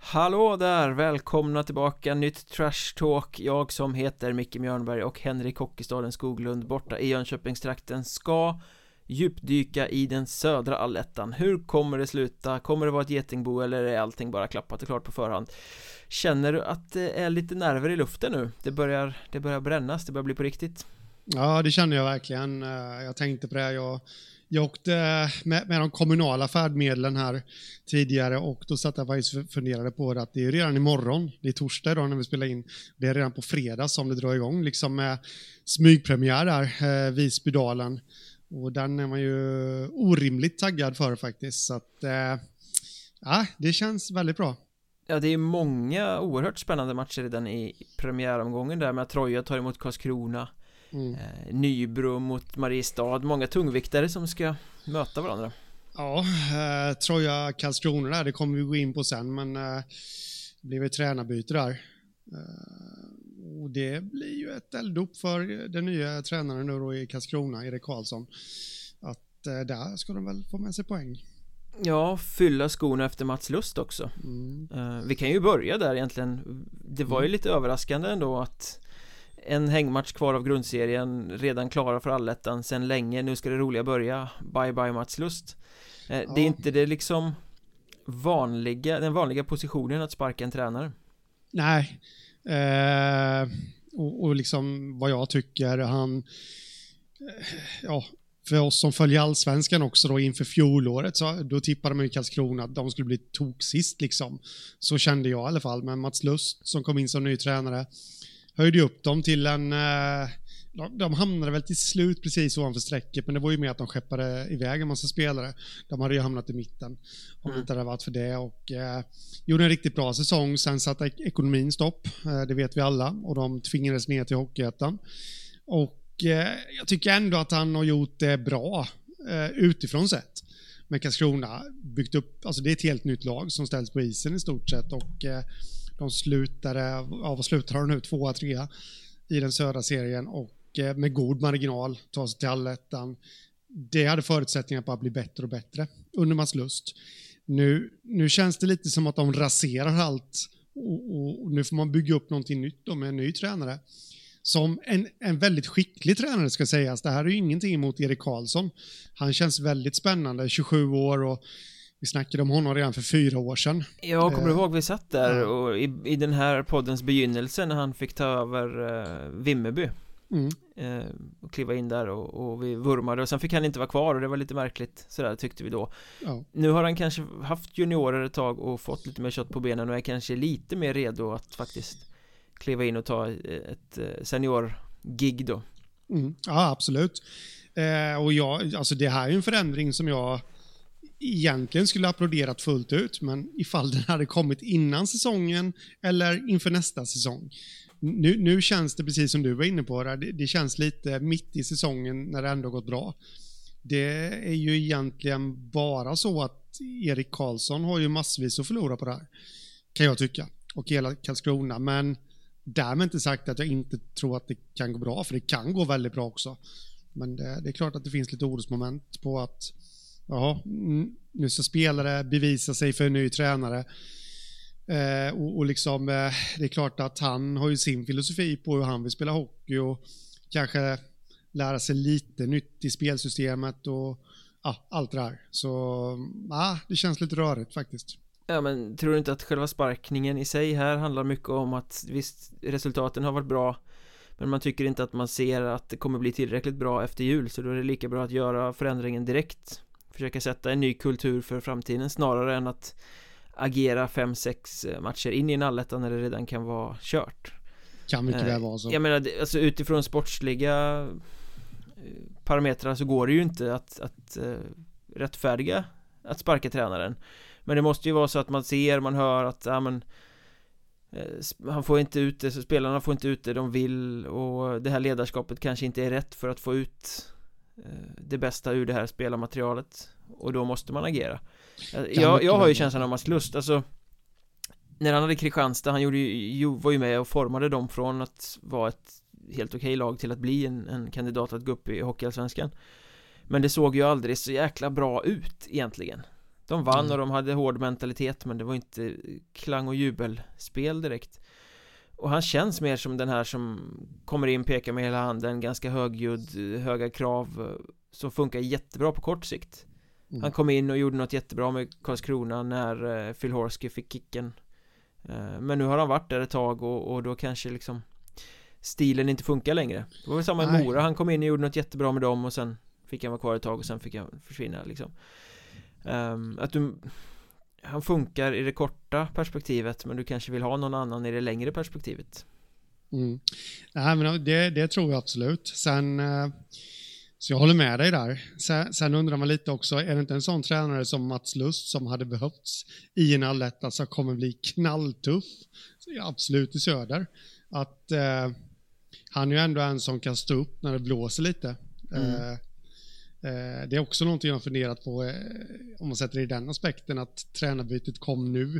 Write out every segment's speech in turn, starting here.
Hallå där, välkomna tillbaka, nytt Trash Talk. Jag som heter Micke Mjörnberg och Henrik Hockeystaden Skoglund borta i Jönköpingstrakten ska djupdyka i den södra allettan. Hur kommer det sluta? Kommer det vara ett getingbo eller är allting bara klappat och klart på förhand? Känner du att det är lite nerver i luften nu? Det börjar brännas, det börjar bli på riktigt. Ja, det känner jag verkligen. Jag tänkte på det. Jag åkte med de kommunala färdmedlen här tidigare och då satt jag faktiskt och funderade på det att det är redan imorgon, det är torsdag idag när vi spelar in, det är redan på fredag som det drar igång liksom med smygpremiär där, Visbydalen, och den är man ju orimligt taggad för faktiskt, så att ja, det känns väldigt bra. Ja, det är många oerhört spännande matcher redan i premiäromgången där med att Troja tar emot Karlskrona. Nybro mot Mariestad, många tungviktare som ska möta varandra. Ja, Troja Karlskrona där, det kommer vi gå in på sen, men det blev ett tränarbyte där. Och det blir ju ett elddop för den nya tränaren nu då i Karlskrona, Erik Karlsson, att där ska de väl få med sig poäng. Ja, fylla skorna efter Mats Lust också. Vi kan ju börja där egentligen. Det var ju lite överraskande ändå att en hängmatch kvar av grundserien, redan klara för allettan sen länge, nu ska det roliga börja. Bye bye Mats Lust. Det är inte det liksom den vanliga positionen att sparka en tränare. Nej. Och liksom vad jag tycker, han för oss som följer allsvenskan också då inför fjolåret, så då tippade man i Karlskrona att de skulle bli toksist liksom. Så kände jag i alla fall, men Mats Lust som kom in som ny tränare höjde upp dem till en... De hamnade väl till slut precis ovanför strecket, men det var ju mer att de skeppade iväg en massa spelare. De hade ju hamnat i mitten om det inte hade varit för det, och gjorde en riktigt bra säsong. Sen satte ekonomin stopp, det vet vi alla, och de tvingades ner till Hockeyettan. Och jag tycker ändå att han har gjort det bra utifrån sett. Men Karlskrona byggt upp, alltså det är ett helt nytt lag som ställs på isen i stort sett, och de slutade, vad slutar de nu? 2-3 i den södra serien och med god marginal tar sig till allettan. Det hade förutsättningar på att bli bättre och bättre under Mats Lust. Nu känns det lite som att de raserar allt och nu får man bygga upp någonting nytt då med en ny tränare. Som en väldigt skicklig tränare ska sägas. Det här är ju ingenting emot Erik Karlsson. Han känns väldigt spännande, 27 år, och vi snackade om honom redan för 4 år sedan. Jag kommer ihåg vi satt där och i den här poddens begynnelse när han fick ta över Vimmerby och kliva in där och vi vurmade, och sen fick han inte vara kvar och det var lite märkligt, sådär tyckte vi då. Nu har han kanske haft juniorer ett tag och fått lite mer kött på benen och är kanske lite mer redo att faktiskt kliva in och ta ett senior-gig då. Ja, absolut. Och alltså det här är en förändring som jag egentligen skulle ha applåderat fullt ut, men ifall den hade kommit innan säsongen eller inför nästa säsong. Nu känns det precis som du var inne på, det känns lite mitt i säsongen när det ändå gått bra. Det är ju egentligen bara så att Erik Karlsson har ju massvis att förlora på det här, kan jag tycka, och hela Karlskrona, men därmed inte sagt att jag inte tror att det kan gå bra, för det kan gå väldigt bra också. Men det är klart att det finns lite orosmoment på att nu ska spelare bevisa sig för en ny tränare. Och liksom, det är klart att han har ju sin filosofi på hur han vill spela hockey och kanske lära sig lite nytt i spelsystemet och allt det där. Så det känns lite rörigt faktiskt. Ja, men tror du inte att själva sparkningen i sig här handlar mycket om att visst, resultaten har varit bra, men man tycker inte att man ser att det kommer bli tillräckligt bra efter jul, så då är det lika bra att göra förändringen direkt, försöka sätta en ny kultur för framtiden snarare än att agera 5-6 matcher in i en allettan när det redan kan vara kört. Kan mycket väl vara så. Jag menar, alltså utifrån sportsliga parametrar så går det ju inte att rättfärdiga att sparka tränaren. Men det måste ju vara så att man ser, man hör att han får inte ut det, så spelarna får inte ut det de vill, och det här ledarskapet kanske inte är rätt för att få ut det bästa ur det här spelarmaterialet, och då måste man agera. Jag har ju känslan av Mats Lust, alltså när han hade Kristianstad, han var ju med och formade dem från att vara ett helt okej lag till att bli en kandidat att gå upp i Hockeyallsvenskan. Men det såg ju aldrig så jäkla bra ut egentligen. De vann och de hade hård mentalitet, men det var inte klang och jubelspel direkt. Och han känns mer som den här som kommer in, pekar med hela handen, ganska högljudd, höga krav, som funkar jättebra på kort sikt. Han kom in och gjorde något jättebra med Karlskrona när Phil Horsky fick kicken. Men nu har han varit där ett tag och då kanske liksom stilen inte funkar längre. Det var väl samma i Mora, han kom in och gjorde något jättebra med dem och sen fick han vara kvar ett tag och sen fick han försvinna liksom. Han funkar i det korta perspektivet, men du kanske vill ha någon annan i det längre perspektivet. Nej, men det tror jag absolut. Sen så jag håller med dig där. Sen undrar man lite också, är det inte en sån tränare som Mats Lust som hade behövts i en alletta som kommer bli knalltuff? Absolut i söder. Att han är ju ändå en som kan stå upp när det blåser lite. Det är också någonting jag har funderat på, om man sätter det i den aspekten, att tränarbytet kom nu.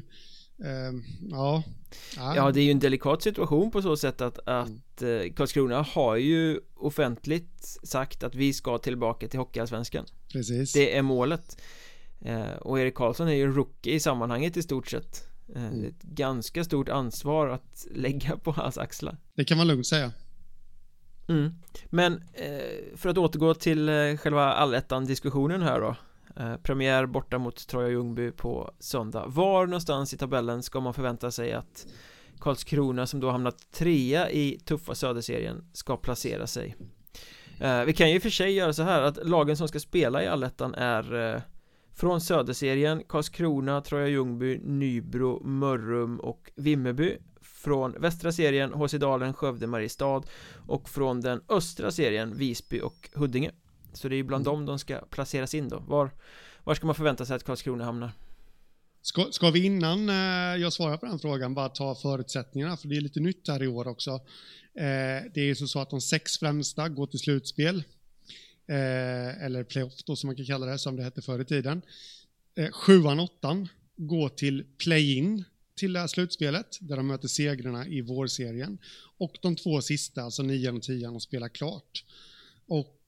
Ja, det är ju en delikat situation på så sätt att Karlskrona har ju offentligt sagt att vi ska tillbaka till Hockeyallsvenskan. Precis. Det är målet. Och Erik Karlsson är ju rookie i sammanhanget i stort sett. Det är ett ganska stort ansvar att lägga på hans axlar. Det kan man lugnt säga. Men för att återgå till själva allettan-diskussionen här då. Premiär borta mot Troja Ljungby på söndag. Var någonstans i tabellen ska man förvänta sig att Karlskrona, som då hamnat 3 i tuffa söderserien, ska placera sig? Vi kan ju för sig göra så här att lagen som ska spela i allettan är från söderserien Karlskrona, Troja Ljungby, Nybro, Mörrum och Vimmerby. Från västra serien HC Dalen, Skövde, Mariestad. Och från den östra serien Visby och Huddinge. Så det är ju bland dem de ska placeras in då. Var ska man förvänta sig att Karlskrona hamnar? Ska vi innan jag svarar på den frågan bara ta förutsättningarna, för det är lite nytt här i år också. Det är ju så att de 6 främsta går till slutspel. Eller playoff då, som man kan kalla det, som det hette förr i tiden. 7:an, 8:an går till play-in till det här slutspelet, där de möter segrarna i vårserien. Och de 2 sista, alltså 9:an och 10:an, och spelar klart. Och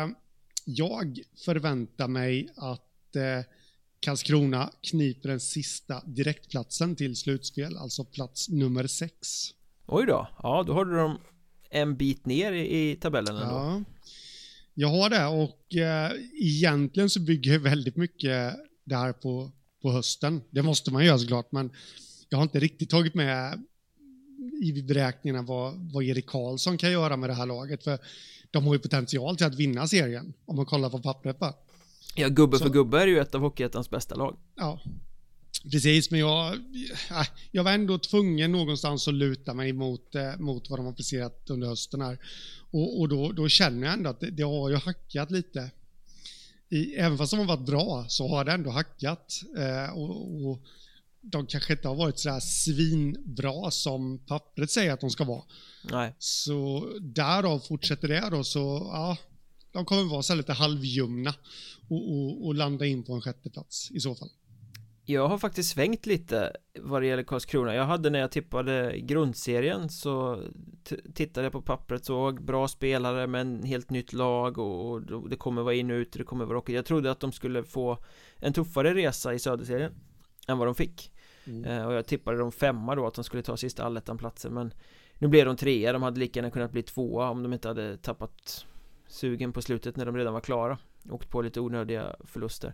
jag förväntar mig att Karlskrona kniper den sista direktplatsen till slutspel, alltså plats nummer 6. Oj då, ja, då har du dem en bit ner i tabellen ändå. Ja, jag har det, och egentligen så bygger jag väldigt mycket det här på hösten. Det måste man göra såklart, men jag har inte riktigt tagit med i beräkningarna vad Erik Karlsson kan göra med det här laget, för de har ju potential till att vinna serien om man kollar på pappret bara. Ja, gubbe för gubbe är ju ett av Hockeyettans bästa lag. Ja, precis, men jag var ändå tvungen någonstans att luta mig mot vad de har presterat under hösten här. Och då känner jag ändå att det har ju hackat lite. Även fast de har varit bra så har det ändå hackat. Och de kanske inte har varit så här svinbra som pappret säger att de ska vara. Nej. Så därav fortsätter det då, så ja, de kommer vara så lite halvjumna och landa in på en 6:e plats i så fall. Jag har faktiskt svängt lite vad det gäller Karlskrona. Jag hade, när jag tippade grundserien, så tittade jag på pappret, såg bra spelare men helt nytt lag, och det kommer vara in och ut, det kommer vara rockigt. Jag trodde att de skulle få en tuffare resa i söderserien än vad de fick. Och jag tippade dem 5 då, att de skulle ta sista allettan-platsen, men nu blev de 3. De hade lika gärna kunnat bli 2 om de inte hade tappat sugen på slutet när de redan var klara. Åkt på lite onödiga förluster.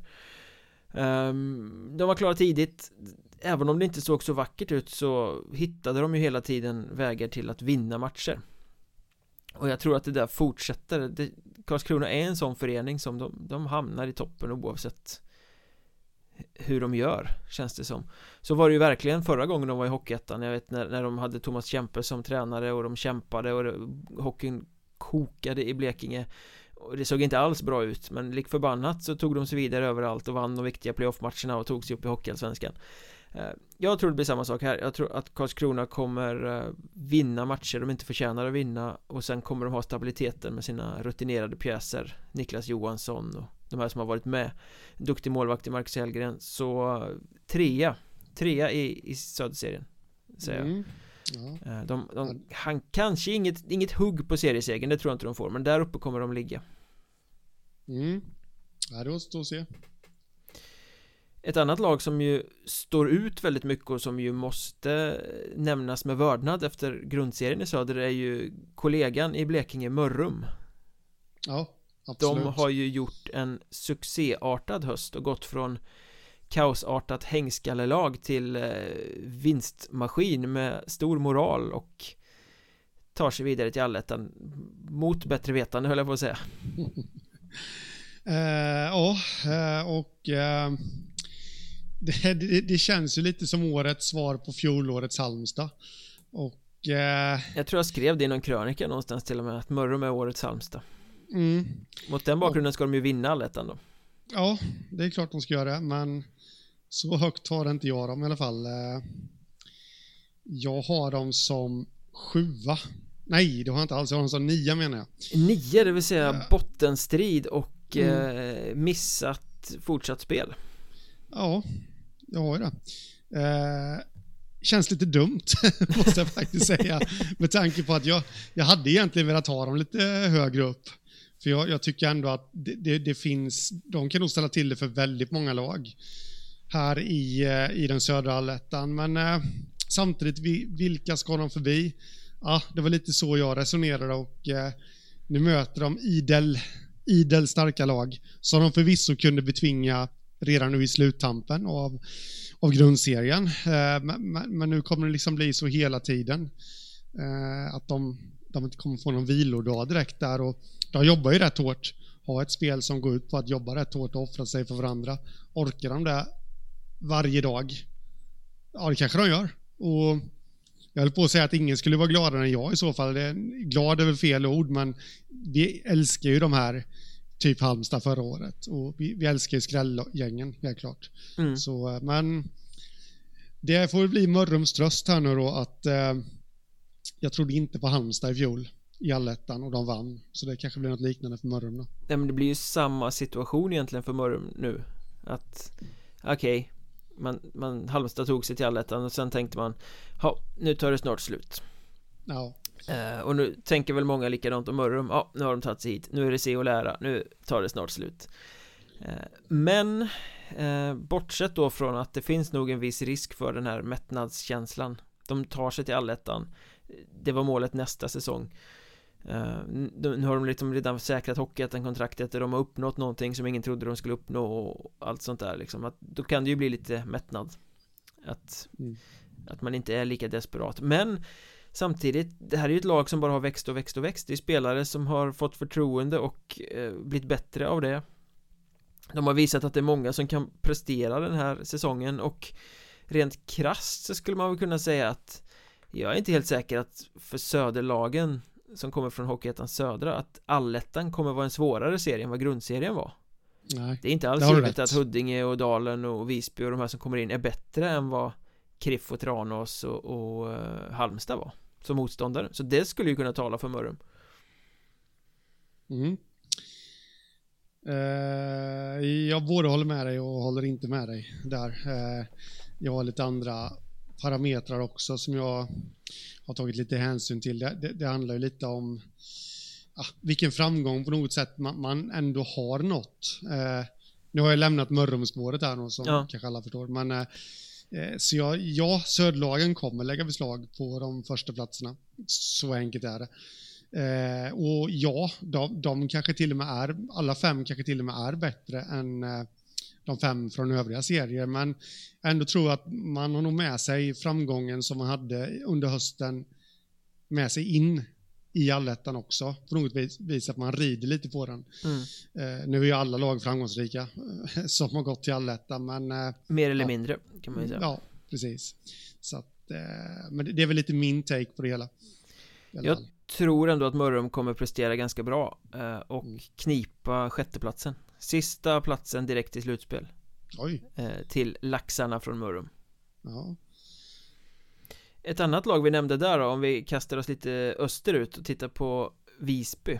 De var klara tidigt. Även om det inte såg så vackert ut, så hittade de ju hela tiden vägar till att vinna matcher. Och jag tror att det där fortsätter. Karlskrona är en sån förening som de hamnar i toppen oavsett hur de gör, känns det som. Så var det ju verkligen förra gången de var i Hockeyettan. Jag vet när de hade Thomas Kempe som tränare, och de kämpade och hockeyn kokade i Blekinge. Och det såg inte alls bra ut, men lik förbannat så tog de sig vidare överallt och vann de viktiga playoff-matcherna och tog sig upp i Hockeyallsvenskan. Jag tror det blir samma sak här. Jag tror att Karlskrona kommer vinna matcher de inte förtjänar att vinna, och sen kommer de ha stabiliteten med sina rutinerade pjäser, Niklas Johansson och de här som har varit med, duktig målvakt i Marcus Hellgren. Så 3 i söderserien, säger jag. Ja. Han kanske inget hugg på seriesegern, det tror jag inte de får, men där uppe kommer de ligga. Ja, det återstår att se. Ett annat lag som ju står ut väldigt mycket och som ju måste nämnas med vördnad efter grundserien i söder är ju kollegan i Blekinge, Mörrum. Ja, absolut. De har ju gjort en succéartad höst och gått från kaosartat hängskallelag till vinstmaskin med stor moral och tar sig vidare till allettan mot bättre vetande, höll jag på att säga. Det känns ju lite som årets svar på fjolårets Halmstad. Och jag tror jag skrev det i någon krönika någonstans till och med, att Mörrum är årets Halmstad. Mot den bakgrunden ska de ju vinna allettan då. Ja, det är klart de ska göra det, men så högt har inte jag dem i alla fall. Jag har dem som 7:a. Nej, det har jag inte alls. Jag har dem som 9, menar jag. 9, det vill säga bottenstrid och missat fortsatt spel. Ja, jag har ju det. Känns lite dumt, måste jag faktiskt säga. Med tanke på att jag hade egentligen velat ha dem lite högre upp. För jag tycker ändå att det finns, de kan nog ställa till det för väldigt många lag här i den södra allettan. Men samtidigt, vilka ska de förbi? Ja, det var lite så jag resonerade, och nu möter de idel starka lag som de förvisso kunde betvinga redan nu i sluttampen av grundserien. Men nu kommer det liksom bli så hela tiden att de inte kommer få någon vilodag direkt där, och de jobbar ju rätt hårt. Ha ett spel som går ut på att jobba rätt hårt och offra sig för varandra. Orkar de det varje dag? Ja, det kanske de gör. Och jag höll på att säga att ingen skulle vara gladare än jag i så fall. Glad är väl fel ord, men vi älskar ju de här, typ Halmstad förra året. Och vi älskar ju skrälgängen, helt klart. Så, men det får bli Mörrums tröst här nu då, att jag trodde inte på Halmstad i fjol i allettan och de vann. Så det kanske blir något liknande för Mörrum då. Ja, men det blir ju samma situation egentligen för Mörrum nu. Att okej, Halmstad tog sig till allettan och sen tänkte man, nu tar det snart slut. Ja. Och nu tänker väl många likadant om Mörrum. Ja, nu har de tagit sig hit. Nu är det se och lära. Nu tar det snart slut. Men bortsett då från att det finns nog en viss risk för den här mättnadskänslan. De tar sig till allettan. Det var målet nästa säsong. Nu har de liksom redan säkrat Hockeyettan-kontraktet där de har uppnått någonting som ingen trodde de skulle uppnå och allt sånt där liksom. Då kan det ju bli lite mättnad. Att man inte är lika desperat. Men samtidigt, det här är ju ett lag som bara har växt och växt och växt. Det är spelare som har fått förtroende och blivit bättre av det. De har visat att det är många som kan prestera den här säsongen, och rent krasst så skulle man väl kunna säga att jag är inte helt säker att för söderlagen som kommer från Hockeyettan södra att allettan kommer vara en svårare serie än vad grundserien var. Nej, det är inte alls givet att Huddinge och Dalen och Visby och de här som kommer in är bättre än vad Kriff och Tranås och Halmstad var som motståndare. Så det skulle ju kunna tala för Mörrum. Jag både håller med dig och håller inte med dig där. Jag har lite andra parametrar också som jag har tagit lite hänsyn till. Det handlar ju lite om vilken framgång på något sätt man ändå har nått. Nu har jag lämnat Mörrumspåret här nu, som kanske alla förstår. Men så södlagen kommer lägga beslag på de första platserna. Så enkelt är det. Och ja, de kanske till och med alla 5 kanske till och med är bättre än de 5 från övriga serier, men ändå tror jag att man har nog med sig framgången som man hade under hösten med sig in i allettan också, på något vis att man rider lite på den. Nu är ju alla lag framgångsrika som har gått till allettan, men mer eller mindre kan man ju säga. Ja, precis. Så att, men det är väl lite min take på det hela. Jag tror ändå att Mörrum kommer prestera ganska bra och knipa sjätteplatsen. Sista platsen direkt i slutspel. Oj. Till laxarna från Mörrum. Ja. Ett annat lag vi nämnde där då, om vi kastar oss lite österut och tittar på Visby.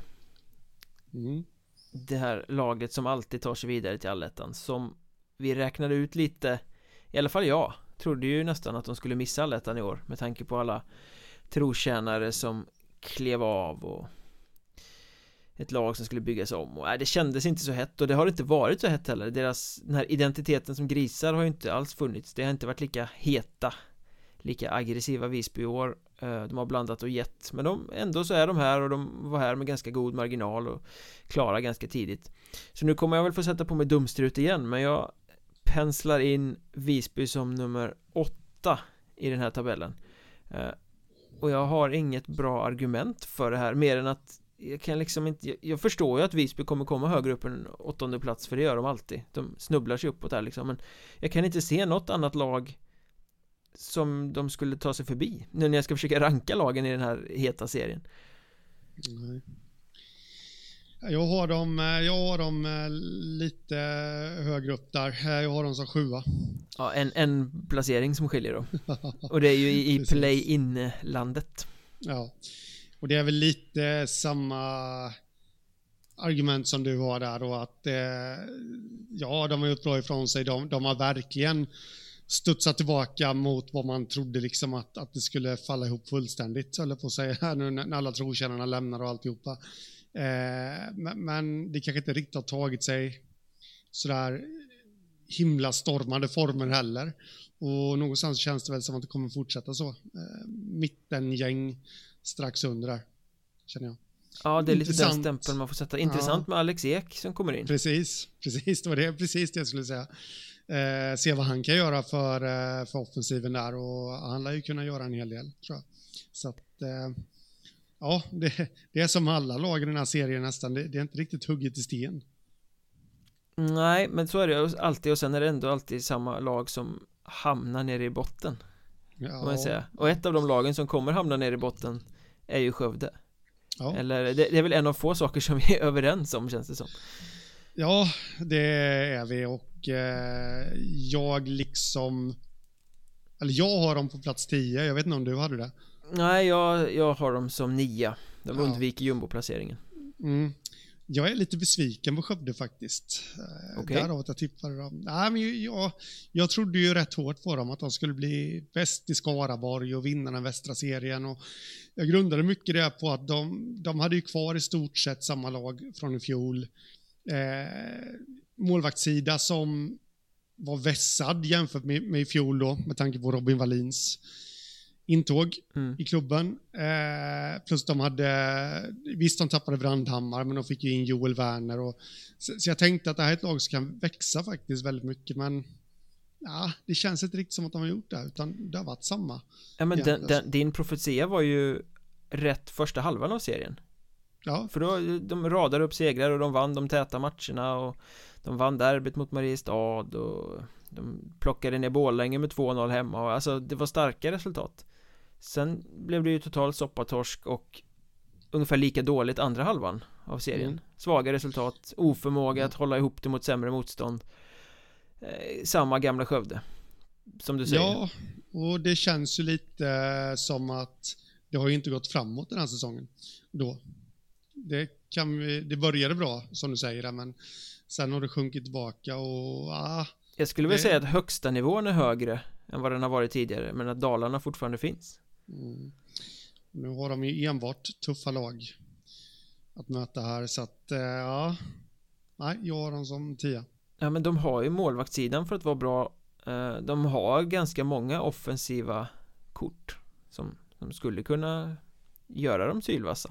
Det här laget som alltid tar sig vidare till allettan, som vi räknade ut lite, i alla fall jag trodde ju nästan att de skulle missa allettan i år med tanke på alla trotjänare som klev av och ett lag som skulle byggas om och det kändes inte så hett och det har inte varit så hett heller. Den här identiteten som grisar har ju inte alls funnits. Det har inte varit lika heta, lika aggressiva Visby i år. De har blandat och gett, men ändå så är de här och de var här med ganska god marginal och klara ganska tidigt. Så nu kommer jag väl få sätta på mig dumstrut igen, men jag penslar in Visby som nummer 8 i den här tabellen. Och jag har inget bra argument för det här, mer än att jag kan liksom inte, jag förstår ju att Visby kommer komma högre upp än 8:e plats, för det gör de alltid. De snubblar sig uppåt här liksom, men jag kan inte se något annat lag som de skulle ta sig förbi nu när jag ska försöka ranka lagen i den här heta serien. Nej. Jag har dem lite högre upp där. Jag har dem som 7. Ja, en placering som skiljer då. Och det är ju i play-in-landet. Ja, och det är väl lite samma argument som du har där då, att ja, de har gjort bra ifrån sig. De har verkligen studsat tillbaka mot vad man trodde liksom att det skulle falla ihop fullständigt, eller på att säga nu när alla trotjänarna lämnar och alltihopa. Men det kanske inte riktigt har tagit sig sådär himla stormande former heller, och någonstans känns det väl som att det kommer fortsätta så. Mittengäng strax under där, känner jag. Ja, det är lite den stämpeln man får sätta. Intressant med Alex Ek som kommer in. Precis, det var precis det jag skulle säga. Se vad han kan göra för offensiven där, och han lär ju kunna göra en hel del, tror jag. Så att ja, det är som alla lag i den här serien nästan. Det är inte riktigt hugget i sten. Nej, men så är det alltid, och sen är det ändå alltid samma lag som hamnar nere i botten. Ja. Man säga. Och ett av de lagen som kommer hamna nere i botten är ju Skövde. Ja. Eller det är väl en av få saker som vi är överens om, känns det som. Ja, det är vi, och jag har dem på plats 10. Jag vet inte om du hade det. Nej, jag har dem som 9. De undviker jumbo-placeringen. Jag är lite besviken på Skövde faktiskt. Okay. Därav att jag tippade dem. Nej, men jag trodde ju rätt hårt på dem, att de skulle bli bäst i Skaraborg och vinna den västra serien. Och jag grundade mycket det på att de hade ju kvar i stort sett samma lag från i fjol. Målvaktssida som var vässad jämfört med i fjol då, med tanke på Robin Wallins intåg i klubben. Plus visst de tappade Brandhammar, men de fick ju in Joel Werner, och så jag tänkte att det här är ett lag som kan växa faktiskt väldigt mycket, men ja, det känns inte riktigt som att de har gjort det, utan det har varit samma. Ja, men din profetia var ju rätt första halvan av serien. Ja. För då de radade upp segrar och de vann de täta matcherna, och de vann derbyt mot Mariestad, och de plockade ner Borlänge med 2-0 hemma, och alltså det var starka resultat. Sen blev det ju totalt soppatorsk och ungefär lika dåligt andra halvan av serien. Svaga resultat, oförmåga att hålla ihop det mot sämre motstånd. Samma gamla Skövde, som du säger. Ja, och det känns ju lite som att det har ju inte gått framåt den här säsongen då. Det började bra, som du säger, men sen har det sjunkit tillbaka, och jag skulle väl säga att högsta nivån är högre än vad den har varit tidigare, men att Dalarna fortfarande finns. Nu har de ju enbart tuffa lag att möta här, så att nej, jag har dem som 10. Ja, men de har ju målvaktssidan för att vara bra. De har ganska många offensiva kort som skulle kunna göra dem sylvassa.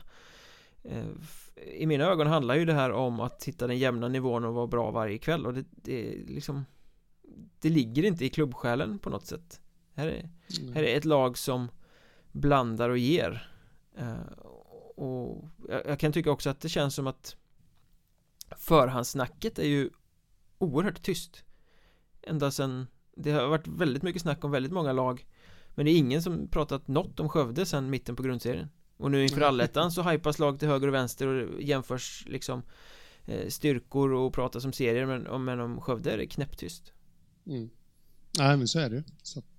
I mina ögon handlar ju det här om att hitta den jämna nivån och vara bra varje kväll, och det ligger inte i klubbsjälen på något sätt. Här är ett lag som blandar och ger, och jag kan tycka också att det känns som att förhandssnacket är ju oerhört tyst ända sen. Det har varit väldigt mycket snack om väldigt många lag, men det är ingen som pratat något om Skövde sen mitten på grundserien. Och nu inför allettan så hypas lag till höger och vänster och jämförs liksom styrkor och pratas om serier, men om Skövde är det knäpptyst. Nej, men så är det. Så att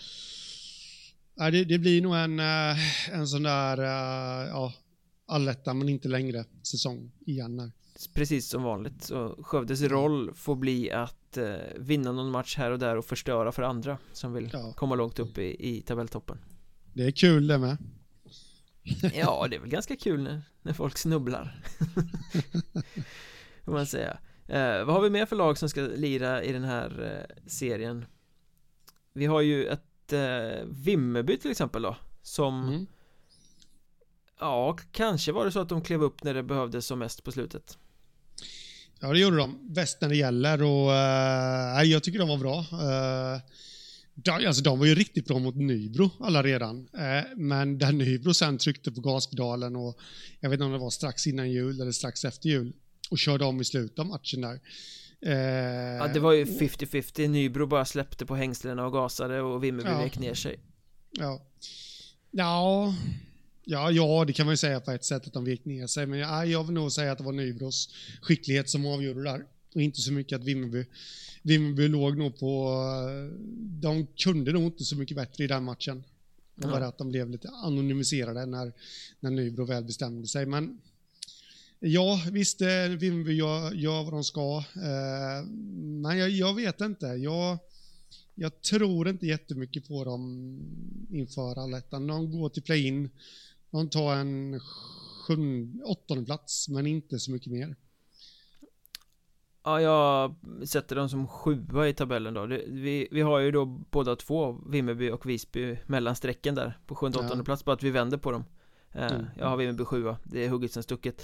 det blir nog en sån där allettan, men inte längre säsong igen här. Precis som vanligt. Så Skövdes roll får bli att vinna någon match här och där och förstöra för andra som vill komma långt upp i tabelltoppen. Det är kul det med. Ja, det är väl ganska kul när folk snubblar. Får man säga. Vad har vi mer för lag som ska lira i den här serien? Vi har ju ett Vimmerby till exempel då, som ja, kanske var det så att de klev upp när det behövdes som mest på slutet. Ja, det gjorde de. Bäst när det gäller och jag tycker de var bra. Alltså, de var ju riktigt bra mot Nybro alla redan. Men där Nybro sen tryckte på gaspedalen och jag vet inte om det var strax innan jul eller strax efter jul och körde om i slutet av matchen där. Ja, det var ju 50-50. Nybro bara släppte på hängslena och gasade och Vimmerby vek ner sig. Ja, det kan man ju säga på ett sätt att de vek ner sig. Men jag vill nog säga att det var Nybros skicklighet som avgjorde där. Och inte så mycket att Vimmerby låg nog på... De kunde nog inte så mycket bättre i den matchen. Det var att de blev lite anonymiserade när Nybro väl bestämde sig. Men ja, visst, Vimmerby gör vad de ska. Men jag vet inte. Jag tror inte jättemycket på dem inför allettan. De går till play-in. De tar en 8:e plats, men inte så mycket mer. Ja, jag sätter dem som 7:a i tabellen då. Vi har ju då båda två, Vimmerby och Visby, mellansträcken där på 7:e och 8:e plats, bara att vi vänder på dem. Jag har Vimmerby 7:a, det är hugget som stucket.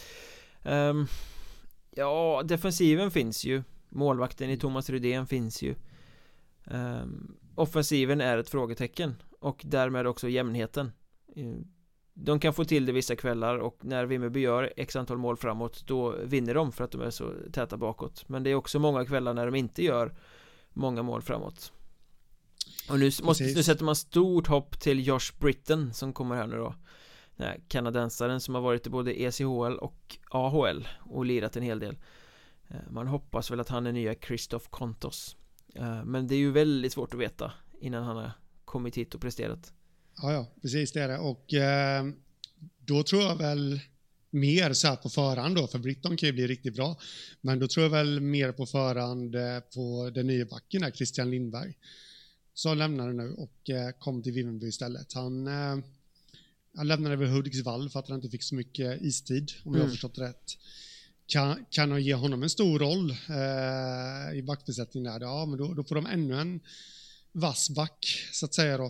Ja, defensiven finns ju. Målvakten i Thomas Rydén finns ju. Offensiven är ett frågetecken och därmed också jämnheten. De kan få till det vissa kvällar och när Vimmerby gör x antal mål framåt, då vinner de för att de är så täta bakåt. Men det är också många kvällar när de inte gör många mål framåt. Och nu sätter man stort hopp till Josh Britton som kommer här nu då. Den här kanadensaren som har varit i både ECHL och AHL och lirat en hel del. Man hoppas väl att han är nya Christoph Kontos. Men det är ju väldigt svårt att veta innan han har kommit hit och presterat. Ja, precis det är det. Och då tror jag väl mer så här på förhand då, för Britton kan ju bli riktigt bra. Men då tror jag väl mer på förhand på den nya backen där, Christian Lindberg. Så lämnade nu och kom till Vimmerby istället. Han lämnade över Hudiksvall för att han inte fick så mycket istid, om jag har förstått rätt. Kan jag ge honom en stor roll i backbesättningen där? Ja, men då får de ännu en vass back, så att säga då.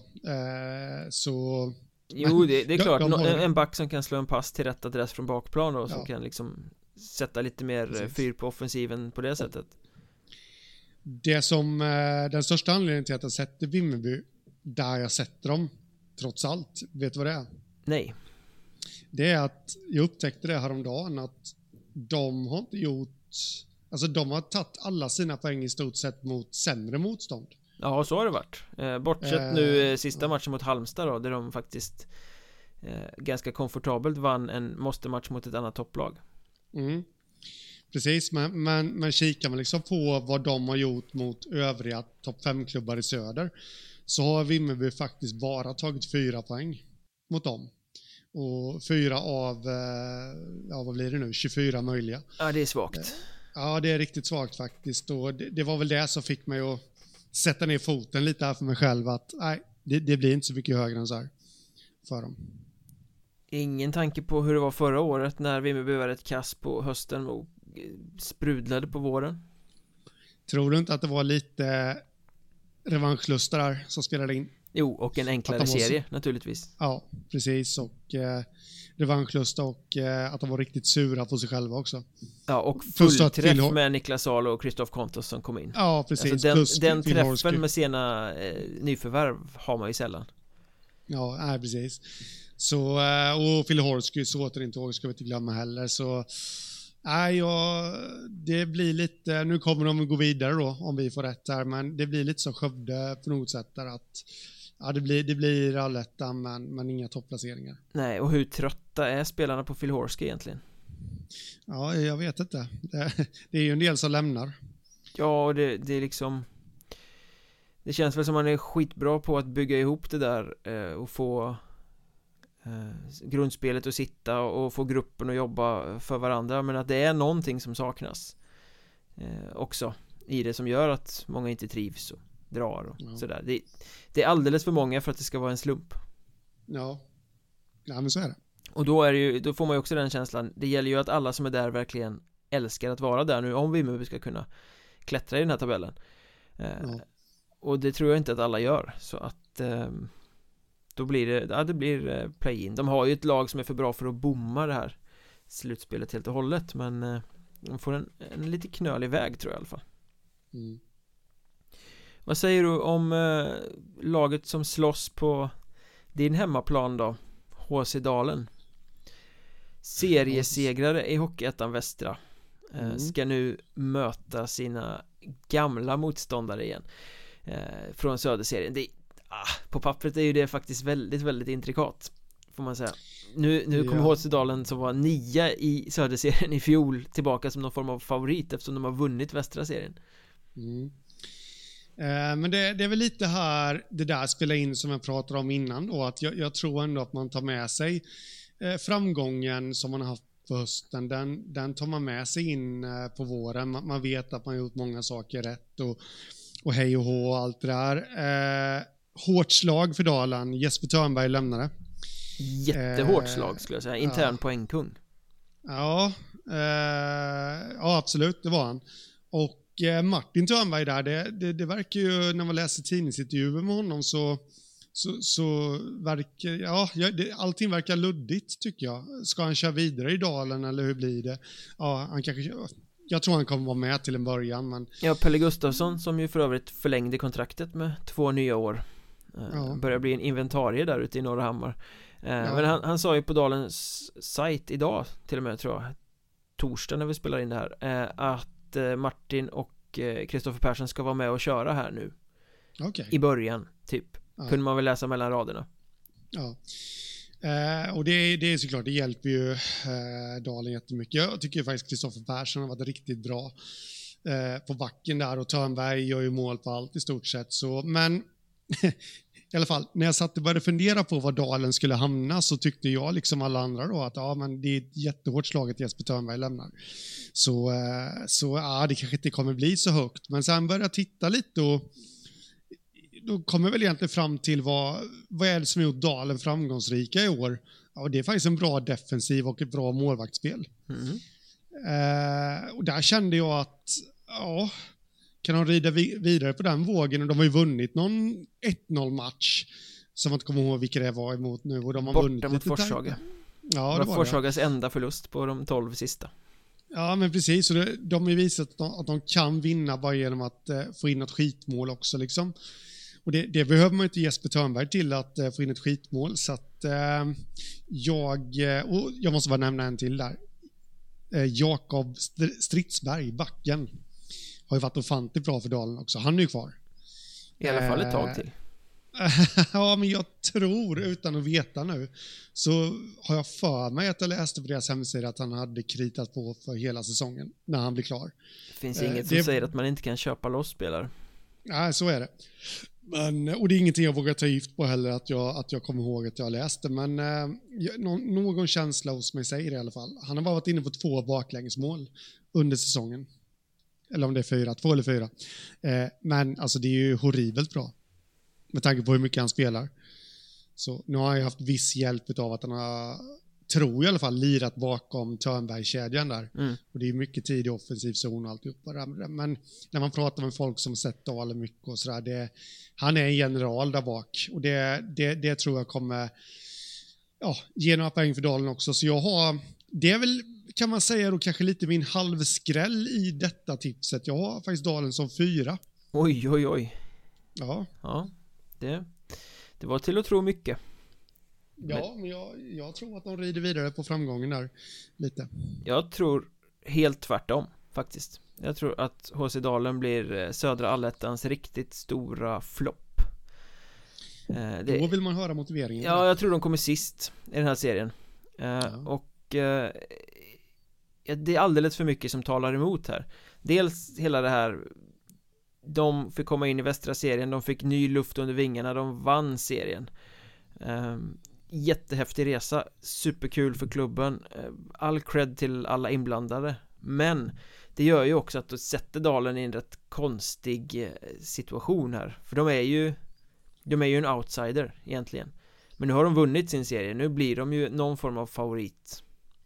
Jo, det är klart. En back som kan slå en pass till rätt adress från bakplan då, som kan liksom sätta lite mer fyr på offensiven på det sättet. Det som den största anledningen till att jag sätter Vimmerby där jag sätter dem, trots allt, vet du vad det är? Nej. Det är att jag upptäckte det häromdagen att de har inte gjort... Alltså de har tagit alla sina poäng i stort sett mot sämre motstånd. Ja, så har det varit. Bortsett nu sista matchen mot Halmstad då, där de faktiskt ganska komfortabelt vann en måste-match mot ett annat topplag. Precis, men kikar man liksom på vad de har gjort mot övriga topp 5-klubbar i söder, så har Vimmerby faktiskt bara tagit 4 poäng mot dem. Och 4 av, vad blir det nu, 24 möjliga. Ja, det är svagt. Ja, det är riktigt svagt faktiskt. Och det var väl det som fick mig att sätta ner foten lite här för mig själv, att nej, det blir inte så mycket högre än så här för dem. Ingen tanke på hur det var förra året när Vimmerby var ett kass på hösten och sprudlade på våren. Tror du inte att det var lite revanschluster där som spelade in? Jo, och en enklare serie naturligtvis. Ja, precis, och revanschlusta och att de var riktigt sura på sig själva också. Ja, och full träff med Niklas Salo och Christoph Kontos som kom in. Ja, precis. Alltså den träffen med sina nyförvärv har man ju sällan. Ja, nej, precis. Så, och Phil Horsky så återintåg ska vi inte glömma heller. Så det blir lite, nu kommer de att gå vidare då om vi får rätt här, men det blir lite som Skövde på något sätt där, att det blir allettan men inga topplaceringar. Nej, och hur trötta är spelarna på Phil Horsky egentligen? Ja, jag vet inte. Det är ju en del som lämnar. Ja, det är liksom, det känns väl som man är skitbra på att bygga ihop det där och få grundspelet att sitta och få gruppen att jobba för varandra, men att det är någonting som saknas också i det, som gör att många inte trivs och drar och sådär. Det är alldeles för många för att det ska vara en slump. Ja, men så är det. Och då får man ju också den känslan. Det gäller ju att alla som är där verkligen älskar att vara där nu, om Vimmerby ska kunna klättra i den här tabellen. Och det tror jag inte att alla gör. Så att då blir det blir play-in. De har ju ett lag som är för bra för att bomma det här slutspelet helt och hållet. Men de får en lite knölig väg, tror jag i alla fall. Vad säger du om laget som slåss på din hemmaplan då? HC Dalen. Seriesegrare i Hockeyettan Västra. Ska nu möta sina gamla motståndare igen. Från Söderserien. På pappret är ju det faktiskt väldigt, väldigt intrikat, får man säga. Nu kommer HC Dalen, som var 9 i Söderserien i fjol, tillbaka som någon form av favorit eftersom de har vunnit Västra serien. Men det är väl lite här det där spelar in som jag pratade om innan då, att jag tror ändå att man tar med sig framgången som man har haft på hösten, den tar man med sig in på våren. Man vet att man har gjort många saker rätt och hej och hå och allt det där. Hårt slag för Dalen. Jesper Törnberg lämnade. Jättehårt slag skulle jag säga. Intern poängkung. Ja, absolut, det var han. Och Martin Törnberg där, det verkar ju, när man läser tidningsintervjuer med honom så verkar, allting verkar luddigt, tycker jag. Ska han köra vidare i Dalen eller hur blir det? Ja, han kanske, jag tror han kommer vara med till en början, men... Ja, Pelle Gustafsson, som ju för övrigt förlängde kontraktet med 2 nya år, börjar bli en inventarie där ute i Norrahammar. Men han sa ju på Dalens sajt idag, till och med tror jag, torsdag när vi spelar in det här, att Martin och Kristoffer Persson ska vara med och köra här nu. I början, typ. Kunde man väl läsa mellan raderna. Ja. Och det är såklart, det hjälper ju Dalen jättemycket. Jag tycker faktiskt Kristoffer Persson har varit riktigt bra på backen där, och Törnberg gör ju mål på allt i stort sett. Så, men i alla fall, när jag satt och började fundera på var Dalen skulle hamna, så tyckte jag liksom alla andra då att men det är ett jättehårt slag att Jesper Törnberg lämnar. Så det kanske inte kommer bli så högt. Men sen började jag titta lite och då kommer jag väl egentligen fram till vad är det som har gjort Dalen framgångsrika i år? Ja, det är faktiskt en bra defensiv och ett bra målvaktsspel. Och där kände jag att kan de rida vidare på den vågen, och de har ju vunnit någon 1-0 match som man inte kommer ihåg vilka det var emot nu, och de har vunnit mot Forshaga. Ja, det var Forshagas enda förlust på de 12 sista. Ja, men precis, och de har ju visat att de kan vinna bara genom att få in ett skitmål också liksom. Och det behöver man inte Jesper Törnberg till, att få in ett skitmål. Så att jag måste bara nämna en till där. Jakob Stridsberg, backen, har ju varit ofantligt bra för Dalen också. Han är ju kvar. I alla fall ett tag till. Ja, men jag tror, utan att veta nu, så har jag för mig att jag läste på deras hemsida att han hade kritat på för hela säsongen när han blir klar. Det finns inget som säger att man inte kan köpa loss spelare. Nej, så är det. Och det är ingenting jag vågar ta gift på heller, att jag kommer ihåg att jag läste, men någon känsla hos mig säger det i alla fall. Han har bara varit inne på 2 baklängesmål under säsongen. Eller om det är 2 eller 4. Men alltså det är ju horribelt bra med tanke på hur mycket han spelar. Så nu har jag haft viss hjälp av att han har, tror jag i alla fall, lirat bakom Törnberg-kedjan där. Och det är mycket tid i offensiv zon och alltihopa. Men när man pratar med folk som sett Dalen mycket och sådär, han är en general där bak. Och det tror jag kommer ge några poäng för Dalen också. Så det är väl, kan man säga då, kanske lite min halvskräll i detta tipset. Jag har faktiskt Dalen som 4. Oj. Ja. Det var till att tro mycket. Ja, men jag tror att de rider vidare på framgången där lite. Jag tror helt tvärtom faktiskt. Jag tror att HC Dalen blir södra allettans riktigt stora flopp. Då vill man höra motiveringen. Ja, jag tror de kommer sist i den här serien. Och det är alldeles för mycket som talar emot här. Dels hela det här, de fick komma in i västra serien, de fick ny luft under vingarna, de vann serien. Jättehäftig resa, superkul för klubben, all cred till alla inblandade. Men det gör ju också att det sätter Dalen i en rätt konstig situation här. För de är ju en outsider egentligen. Men nu har de vunnit sin serie. Nu blir de ju någon form av favorit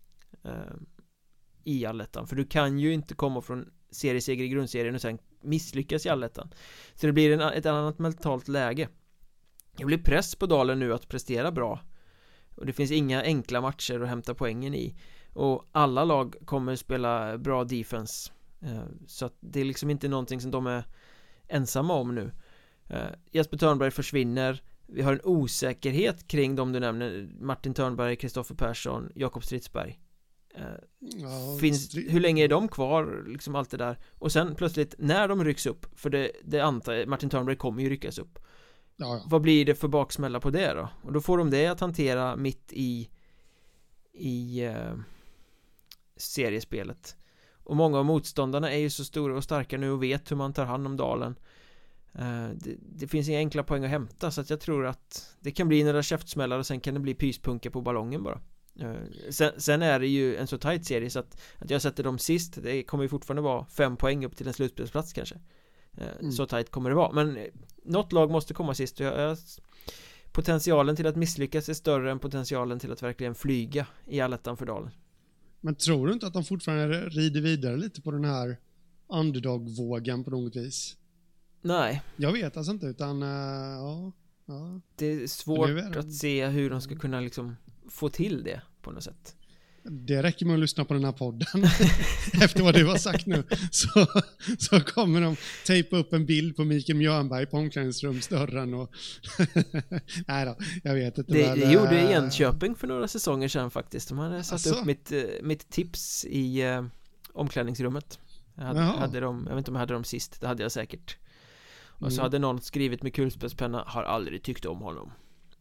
i allettan. För du kan ju inte komma från serieseger i grundserien och sen misslyckas i allettan. Så det blir ett annat mentalt läge. Det blir press på Dalen nu att prestera bra. Och det finns inga enkla matcher att hämta poängen i. Och alla lag kommer spela bra defense. Så att det är liksom inte någonting som de är ensamma om nu. Jesper Törnberg försvinner. Vi har en osäkerhet kring dem du nämner. Martin Törnberg, Kristoffer Persson, Jakob Stridsberg. Hur länge är de kvar? Liksom allt det där. Och sen plötsligt när de rycks upp, för det antar Martin Törnberg kommer ju ryckas upp. Ja. Vad blir det för baksmälla på det då? Och då får de det att hantera mitt i seriespelet. Och många av motståndarna är ju så stora och starka nu och vet hur man tar hand om Dalen. Det finns inga enkla poäng att hämta, så att jag tror att det kan bli några käftsmällar och sen kan det bli pyspunka på ballongen bara. Sen är det ju en så tight serie så att jag sätter dem sist. Det kommer ju fortfarande vara 5 poäng upp till en slutspelsplats kanske. Så tight kommer det vara. Men något lag måste komma sist. Potentialen till att misslyckas är större än potentialen till att verkligen flyga i allettan för Dalen. Men tror du inte att de fortfarande rider vidare lite på den här underdog-vågen på något vis? Nej. Jag vet alltså inte, utan ja. Det är svårt att se hur de ska kunna liksom få till det på något sätt. Det räcker med att lyssna på den här podden. Efter vad du har sagt nu så kommer de tejpa upp en bild på Mikael Mjörnberg på omklädningsrumsdörren och nej då, jag vet inte. Det gjorde Enköping för några säsonger sedan faktiskt. De hade satt upp mitt tips i omklädningsrummet. Jag vet inte om jag hade dem sist. Det hade jag säkert. Och så hade någon skrivit med kulspetspenna: har aldrig tyckt om honom.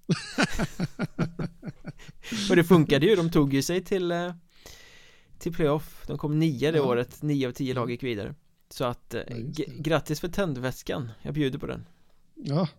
Och det funkade ju, de tog ju sig till playoff. De kom 9 det året, 9 av 10 lag gick vidare. Så att grattis för tändväskan, jag bjuder på den. Ja.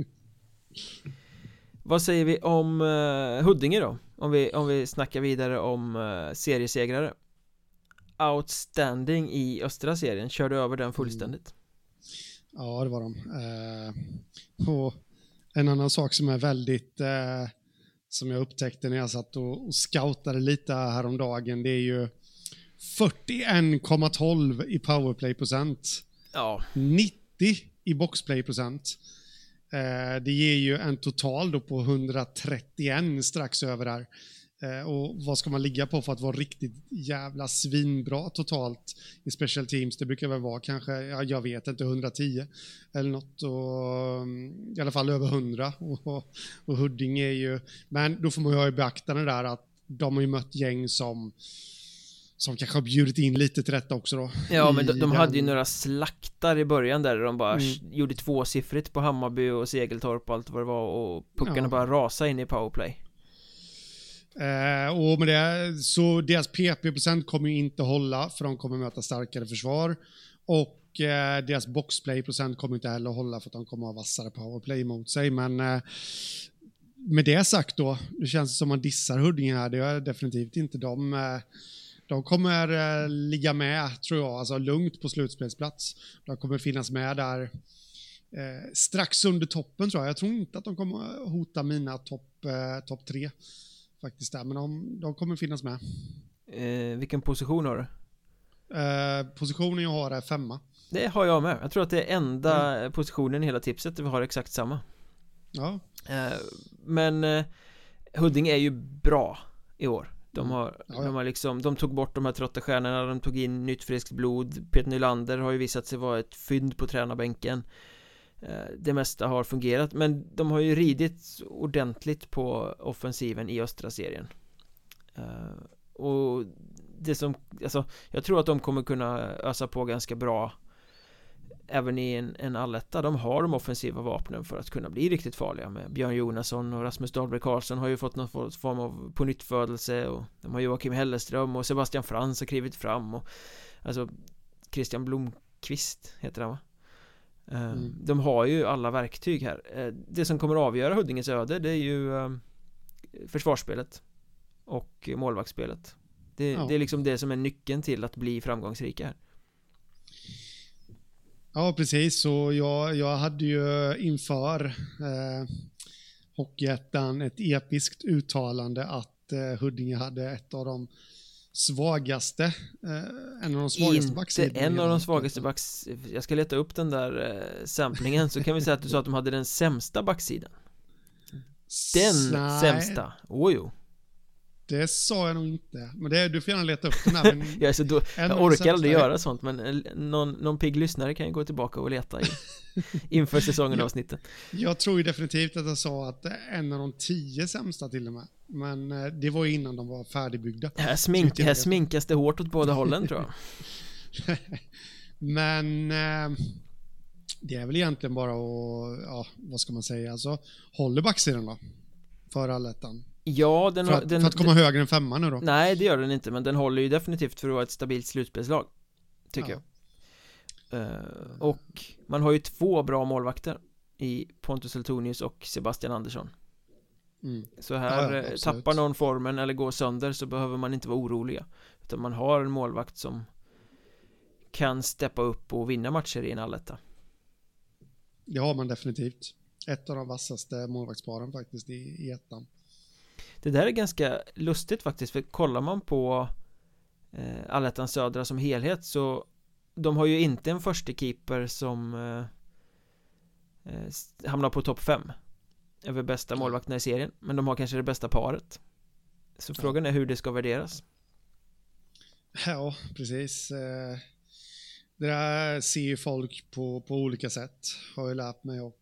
Vad säger vi om Huddinge då? Om vi snackar vidare om seriesegrare. Outstanding i östra serien, körde över den fullständigt. Ja, det var de. Och en annan sak som är väldigt som jag upptäckte när jag satt och scoutade lite häromdagen, det är ju 41,12 i powerplay-procent. Ja. 90 i boxplay-procent. Det ger ju en total då på 131 strax över där. Och vad ska man ligga på för att vara riktigt jävla svinbra totalt i special teams? Det brukar väl vara kanske, jag vet inte, 110 eller något, och i alla fall över 100, och Huddinge är ju, men då får man ju ha i beaktande där att de har ju mött gäng som kanske har bjudit in lite till detta också då. Ja, men de hade ju några slaktar i början där de bara gjorde 2-siffrigt på Hammarby och Segeltorp och allt vad det var, och puckarna bara rasade in i powerplay. Och med det, så deras PP-procent kommer ju inte hålla, för de kommer möta starkare försvar, och deras boxplay-procent kommer inte heller hålla för att de kommer ha vassare powerplay mot sig. Men med det sagt då, det känns som man dissar Huddinge här. Det är definitivt inte. De kommer ligga med, tror jag, alltså lugnt på slutspelsplats. De kommer finnas med där strax under toppen, tror jag. Jag tror inte att de kommer hota mina topp 3 faktiskt där, men de kommer finnas med. Vilken position har du? Positionen jag har är 5. Det har jag med. Jag tror att det är enda positionen i hela tipset där vi har exakt samma. Ja. Men Huddinge är ju bra i år. De har liksom, de tog bort de här trötta stjärnorna, de tog in nytt friskt blod. Peter Nylander har ju visat sig vara ett fynd på tränarbänken. Det mesta har fungerat, men de har ju ridit ordentligt på offensiven i östra serien. Och det som, alltså, jag tror att de kommer kunna ösa på ganska bra även i en alletta. De har de offensiva vapnen för att kunna bli riktigt farliga, med Björn Jonasson och Rasmus Dahlberg Karlsson har ju fått någon form av pånyttfödelse, och de har Joakim Helleström och Sebastian Frans har klivit fram, och alltså Christian Blomqvist heter han, va? De har ju alla verktyg här. Det som kommer att avgöra Huddinges öde, det är ju försvarsspelet och målvaktsspelet. Det är liksom det som är nyckeln till att bli framgångsrika här. Ja, precis. Så jag hade ju inför Hockeyettan ett episkt uttalande att Huddinge hade ett av de svagaste, en av de svagaste backsidorna. Inte en av de svagaste jag ska leta upp den där samplingen, så kan vi säga att du sa att de hade den sämsta backsidan. Sämsta. Jo. Det sa jag nog inte. Men du får gärna leta upp den här. Men jag orkar aldrig göra sånt. Men någon pigg lyssnare kan ju gå tillbaka och leta inför säsongen avsnitten. Jag tror ju definitivt att jag sa att en av de 10 sämsta till och med. Men det var ju innan de var färdigbyggda. Här sminkas det hårt åt båda hållen, tror jag. Men det är väl egentligen bara att, ja, vad ska man säga, alltså håller backsidan då för allettan. Ja, för att komma högre än 5 nu då. Nej, det gör den inte, men den håller ju definitivt för att vara ett stabilt slutspelslag, tycker jag. Och man har ju 2 bra målvakter i Pontus Eltonius och Sebastian Andersson. Så här tappar någon formen eller går sönder, så behöver man inte vara oroliga, utan man har en målvakt som kan steppa upp och vinna matcher i en alletta. Det har man definitivt. Ett av de vassaste målvaktsparen faktiskt i ettan. Det där är ganska lustigt faktiskt, för kollar man på Allettan Södra som helhet, så de har ju inte en första keeper som hamnar på topp 5 över bästa målvakterna i serien, men de har kanske det bästa paret. Så frågan är hur det ska värderas. Ja, precis. Det där ser ju folk på olika sätt, har jag lärt mig, och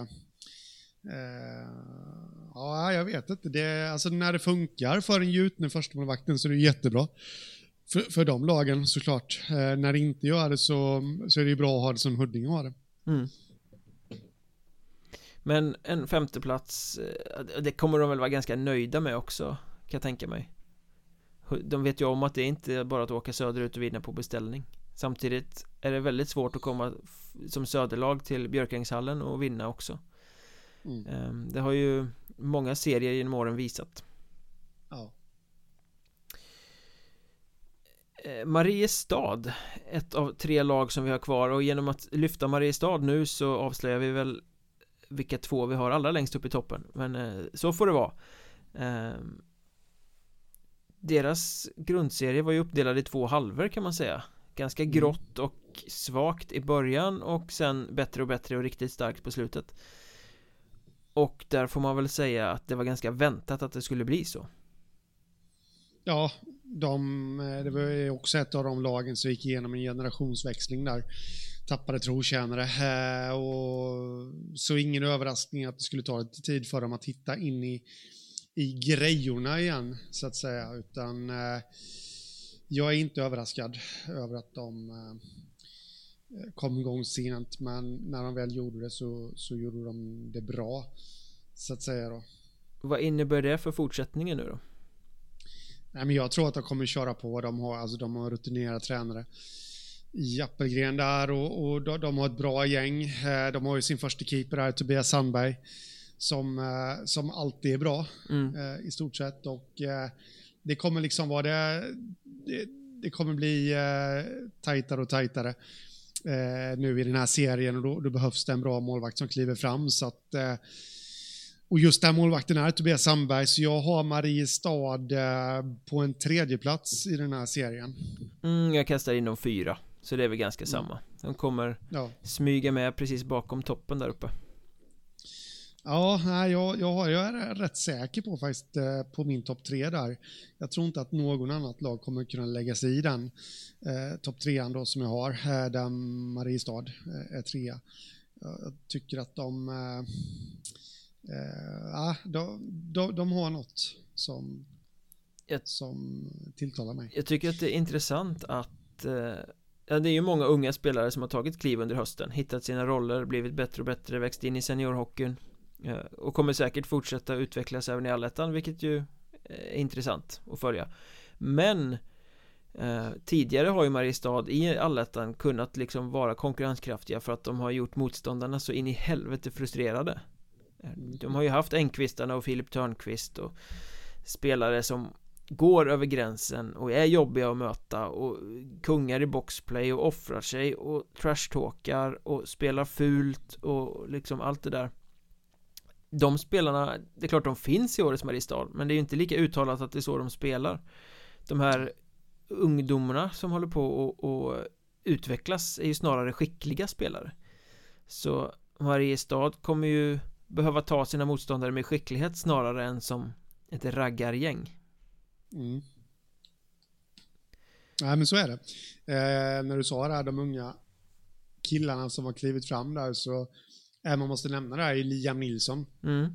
ja, jag vet inte. Alltså när det funkar för en gjutne första målvakten, så är det jättebra för de lagen, såklart. När det inte gör det, så är det ju bra att ha det som Huddinge har det. Men en 5:e plats, det kommer de väl vara ganska nöjda med också, kan jag tänka mig. De vet ju om att det inte är bara att åka söderut och vinna på beställning. Samtidigt är det väldigt svårt att komma som söderlag till Björkängshallen och vinna också. Det har ju många serier genom åren visat. Ja. Mariestad, ett av 3 lag som vi har kvar, och genom att lyfta Mariestad nu så avslöjar vi väl vilka 2 vi har allra längst upp i toppen. Men så får det vara. Deras grundserie var ju uppdelad i 2 halvor, kan man säga. Ganska grått och svagt i början, och sen bättre och bättre och riktigt starkt på slutet. Och där får man väl säga att det var ganska väntat att det skulle bli så. Ja, det var ju också ett av de lagen som gick igenom en generationsväxling där. Tappade trotjänare, och så ingen överraskning att det skulle ta lite tid för dem att hitta in i grejorna igen, så att säga. Utan jag är inte överraskad över att de kom igång sent, men när de väl gjorde det så gjorde de det bra, så att säga då. Vad innebär det för fortsättningen nu då? Nej, men jag tror att de kommer köra på. De har rutinerade tränare i Appelgren där, och de har ett bra gäng. De har ju sin första keeper här, Tobias Sandberg, som alltid är bra i stort sett, och det kommer liksom vara det kommer bli tajtare och tajtare nu i den här serien, och då behövs det en bra målvakt som kliver fram, så att och just den målvakten är Tobias Sandberg, så jag har Mariestad på en 3:e plats i den här serien. Jag kastar in de 4, så det är väl ganska samma. De kommer smyga med precis bakom toppen där uppe. Ja, nej, jag är rätt säker på faktiskt på min topp 3 där. Jag tror inte att någon annat lag kommer kunna lägga sig i den topp 3 då som jag har, där Mariestad är 3. Jag tycker att de har något som tilltalar mig. Jag tycker att det är intressant att det är ju många unga spelare som har tagit kliv under hösten, hittat sina roller, blivit bättre och bättre, växt in i seniorhockeyn, och kommer säkert fortsätta utvecklas även i allettan, vilket ju är intressant att följa. Men tidigare har ju Mariestad i allettan kunnat liksom vara konkurrenskraftiga för att de har gjort motståndarna så in i helvete frustrerade. De har ju haft Enqvistarna och Filip Törnqvist och spelare som går över gränsen och är jobbiga att möta och kungar i boxplay och offrar sig och trashtalkar och spelar fult och liksom allt det där. de spelarna, det är klart de finns i årets Mariestad, men det är ju inte lika uttalat att det är så de spelar. De här ungdomarna som håller på och utvecklas är ju snarare skickliga spelare. Så Mariestad kommer ju behöva ta sina motståndare med skicklighet snarare än som ett raggargäng. Nej, men så är det. När du sa det här, de unga killarna som har klivit fram där, så man måste nämna det här, Liam Nilsson.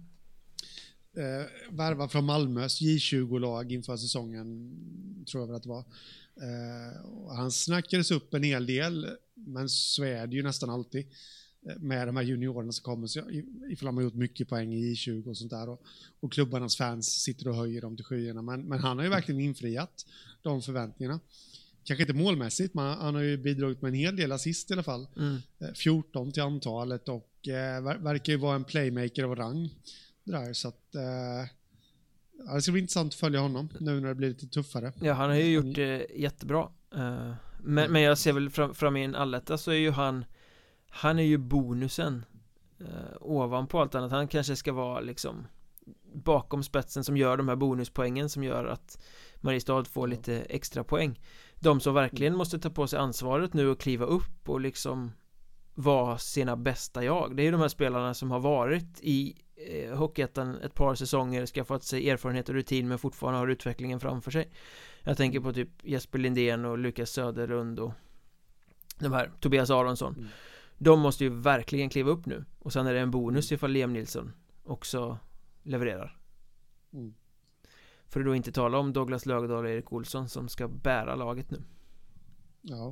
Värva från Malmös J20-lag inför säsongen, tror jag väl att det var. Han snackades upp en hel del, men så är det ju nästan alltid med de här juniorerna som kommer, så ifall de har gjort mycket poäng i J20 och sånt där, och klubbarnas fans sitter och höjer dem till skyarna, men han har ju verkligen infriat de förväntningarna. Kanske inte målmässigt, men han har ju bidragit med en hel del assist i alla fall. 14 till antalet, och verkar ju vara en playmaker av rang där, så att det ska bli intressant att följa honom nu när det blir lite tuffare. Ja, han har ju gjort det jättebra. Men jag ser väl fram i en alletta, så är ju han är ju bonusen ovanpå allt annat. Han kanske ska vara liksom bakom spetsen som gör de här bonuspoängen som gör att Mariestad får lite extra poäng. De som verkligen måste ta på sig ansvaret nu och kliva upp och liksom vara sina bästa jag, det är ju de här spelarna som har varit i Hockeyettan ett par säsonger, ska få sig erfarenhet och rutin, men fortfarande har utvecklingen framför sig. Jag tänker på typ Jesper Lindén och Lukas Söderlund och de här, Tobias Aronsson. De måste ju verkligen kliva upp nu, och sen är det en bonus ifall Liam Nilsson också levererar. För att då inte tala om Douglas Lögdahl och Erik Olsson som ska bära laget nu. Ja.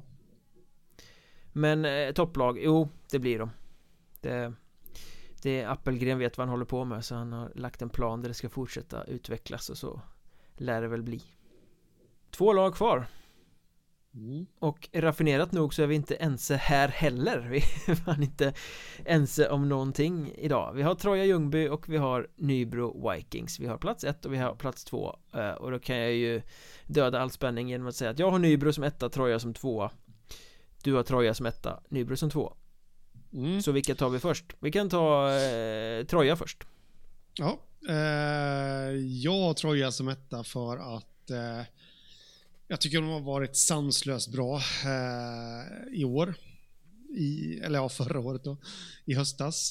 Men topplag, jo, det blir de. Det är Appelgren vet vad han håller på med, så han har lagt en plan där det ska fortsätta utvecklas, och så lär det väl bli. 2 lag kvar. Och raffinerat nog så är vi inte ense här heller. Vi är inte ense om någonting idag. Vi har Troja Ljungby och vi har Nybro Vikings. Vi har plats 1 och vi har plats 2. Och då kan jag ju döda all spänning genom att säga att jag har Nybro som 1, Troja som 2. Du har Troja som 1, Nybro som 2. Så vilka tar vi först? Vi kan ta Troja först. Ja, jag har Troja som 1 för att jag tycker de har varit sanslöst bra i år. Förra året då, i höstas.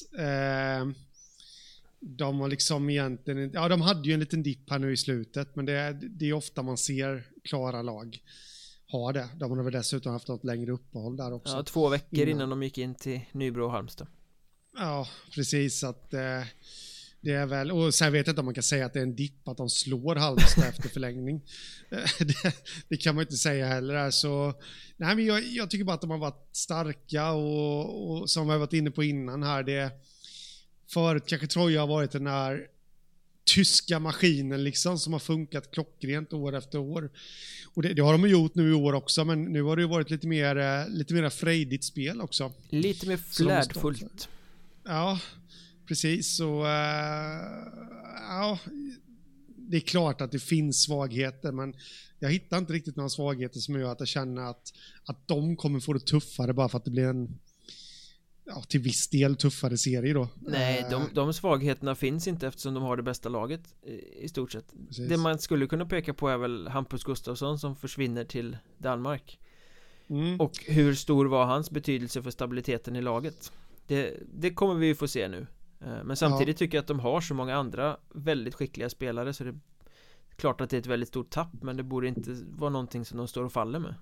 De har liksom egentligen, de hade ju en liten dipp här nu i slutet, men det är ofta man ser klara lag ha det. De har väl dessutom haft något längre uppehåll där också. Ja, 2 veckor innan de gick in till Nybro och Halmstad. Ja, precis, att det är väl, och sen vet jag inte om man kan säga att det är en dipp att de slår Halmstad efter förlängning. Det kan man inte säga heller. Så, nej, men jag tycker bara att de har varit starka, och som jag varit inne på innan här, förut kanske Troja har varit den här tyska maskinen liksom, som har funkat klockrent år efter år. Och det har de gjort nu i år också, men nu har det ju varit lite mer frejdigt spel också. Lite mer flärdfullt. Ja, precis. Så ja, det är klart att det finns svagheter, men jag hittar inte riktigt några svagheter som gör att jag känner att de kommer få det tuffare bara för att det blir en till viss del tuffare serie då. Nej, de svagheterna finns inte eftersom de har det bästa laget i stort sett. Precis. Det man skulle kunna peka på är väl Hampus Gustafsson som försvinner till Danmark. Och hur stor var hans betydelse för stabiliteten i laget? Det kommer vi få se nu. Men samtidigt tycker jag att de har så många andra väldigt skickliga spelare, så det är klart att det är ett väldigt stort tapp, men det borde inte vara någonting som de står och faller med.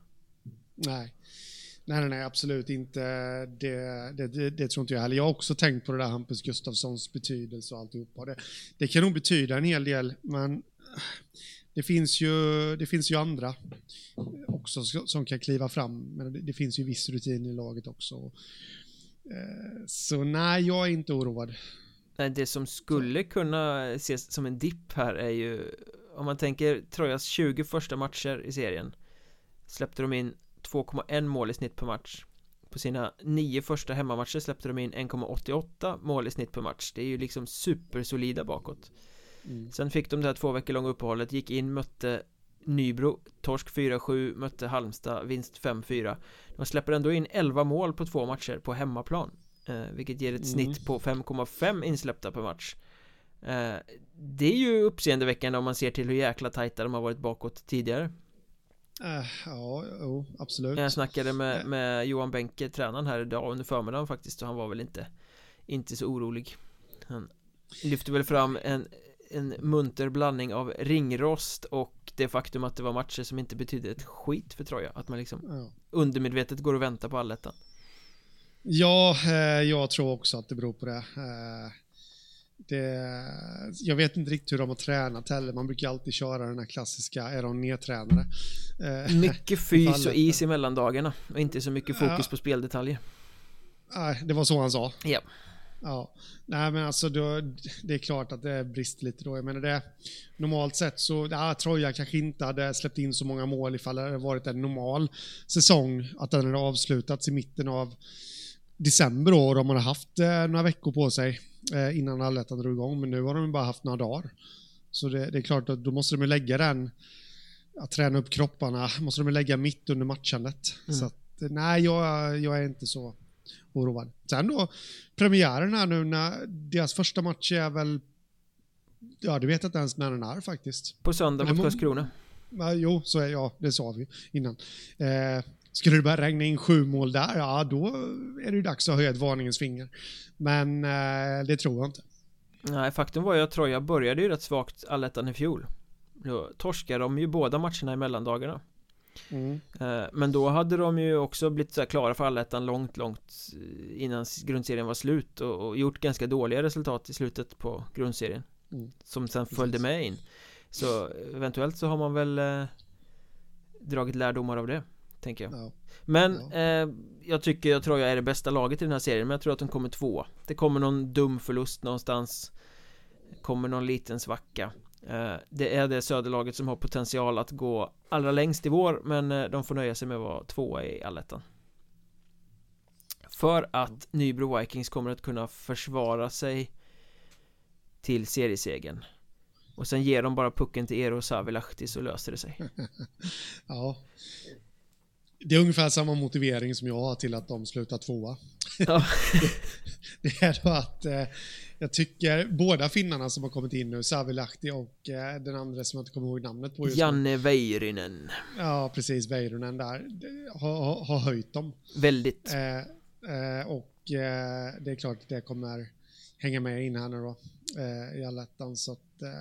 Nej, absolut inte. Det tror inte jag heller. Jag har också tänkt på det där Hampus Gustafssons betydelse och alltihopa. Det kan nog betyda en hel del, men det finns ju andra också som kan kliva fram. Men det finns ju viss rutin i laget också. Så nej, jag är inte oroad. Nej, det som skulle kunna ses som en dipp här är ju, om man tänker Trojas 20 första matcher i serien, släppte de in 2,1 mål i snitt per match. På sina 9 första hemmamatcher släppte de in 1,88 mål i snitt per match. Det är ju liksom supersolida bakåt. Sen fick de det här 2 veckor långa uppehållet, gick in, mötte Nybro, torsk 4-7, mötte Halmstad, vinst 5-4. De släpper ändå in 11 mål på 2 matcher på hemmaplan, vilket ger ett snitt på 5,5 insläppta per match. Det är ju uppseendeväckande om man ser till hur jäkla tajta de har varit bakåt tidigare. Ja, absolut. Jag snackade med Johan Benke, tränaren här idag under förmiddagen faktiskt, och han var väl inte så orolig. Han lyfte väl fram en munter blandning av ringrost och det faktum att det var matcher som inte betydde ett skit för Troja, att man liksom undermedvetet går och väntar på allettan. Ja, jag tror också att det beror på det. Jag vet inte riktigt hur de har tränat heller. Man brukar alltid köra den här klassiska, är de nedtränare? Mycket fys och is i mellandagarna och inte så mycket fokus på speldetaljer. Nej, det var så han sa. Ja. Ja, nej men alltså det är klart att det brister lite då. Jag menar det, normalt sett så Troja kanske inte hade släppt in så många mål ifall det hade varit en normal säsong, att den hade avslutats i mitten av december då, och de hade haft några veckor på sig innan allettan drog igång, men nu har de bara haft några dagar. Så det är klart att då måste de lägga den, att träna upp kropparna, måste de lägga mitt under matchandet. Så att nej, jag är inte så oroad. Sen då, premiären här nu, när deras första match är väl, ja, du vet inte ens när den är faktiskt. På söndag mot Karlskrona. Jo, så är det sa vi innan. Skulle det börja regna in 7 mål där, ja då är det ju dags att höja ett varningens finger. Men det tror jag inte. Nej, faktum var ju att Troja började ju rätt svagt allettan i fjol. Då torskade de ju båda matcherna i mellandagarna. Men då hade de ju också blivit så här klara för allettan långt innan grundserien var slut och gjort ganska dåliga resultat i slutet på grundserien som sen följde med in. Så eventuellt så har man väl dragit lärdomar av det, tänker jag. Ja. Men jag tycker att Troja är det bästa laget i den här serien, men jag tror att de kommer 2. Det kommer någon dum förlust någonstans, kommer någon liten svacka. Det är det söderlaget som har potential att gå allra längst i vår, men de får nöja sig med att vara 2 i allettan. För att Nybro Vikings kommer att kunna försvara sig till seriesegern. Och sen ger de bara pucken till Eero Savilahti så löser det sig. Ja. Det är ungefär samma motivering som jag har till att de slutar 2. Ja. Det är då att jag tycker båda finnarna som har kommit in nu, Savilahti och den andra som jag inte kommer ihåg namnet på just Janne Väyrynen. Ja, precis, Väyrynen där har höjt dem. Väldigt. Och det är klart att det kommer hänga med in här nu då i allettan, så att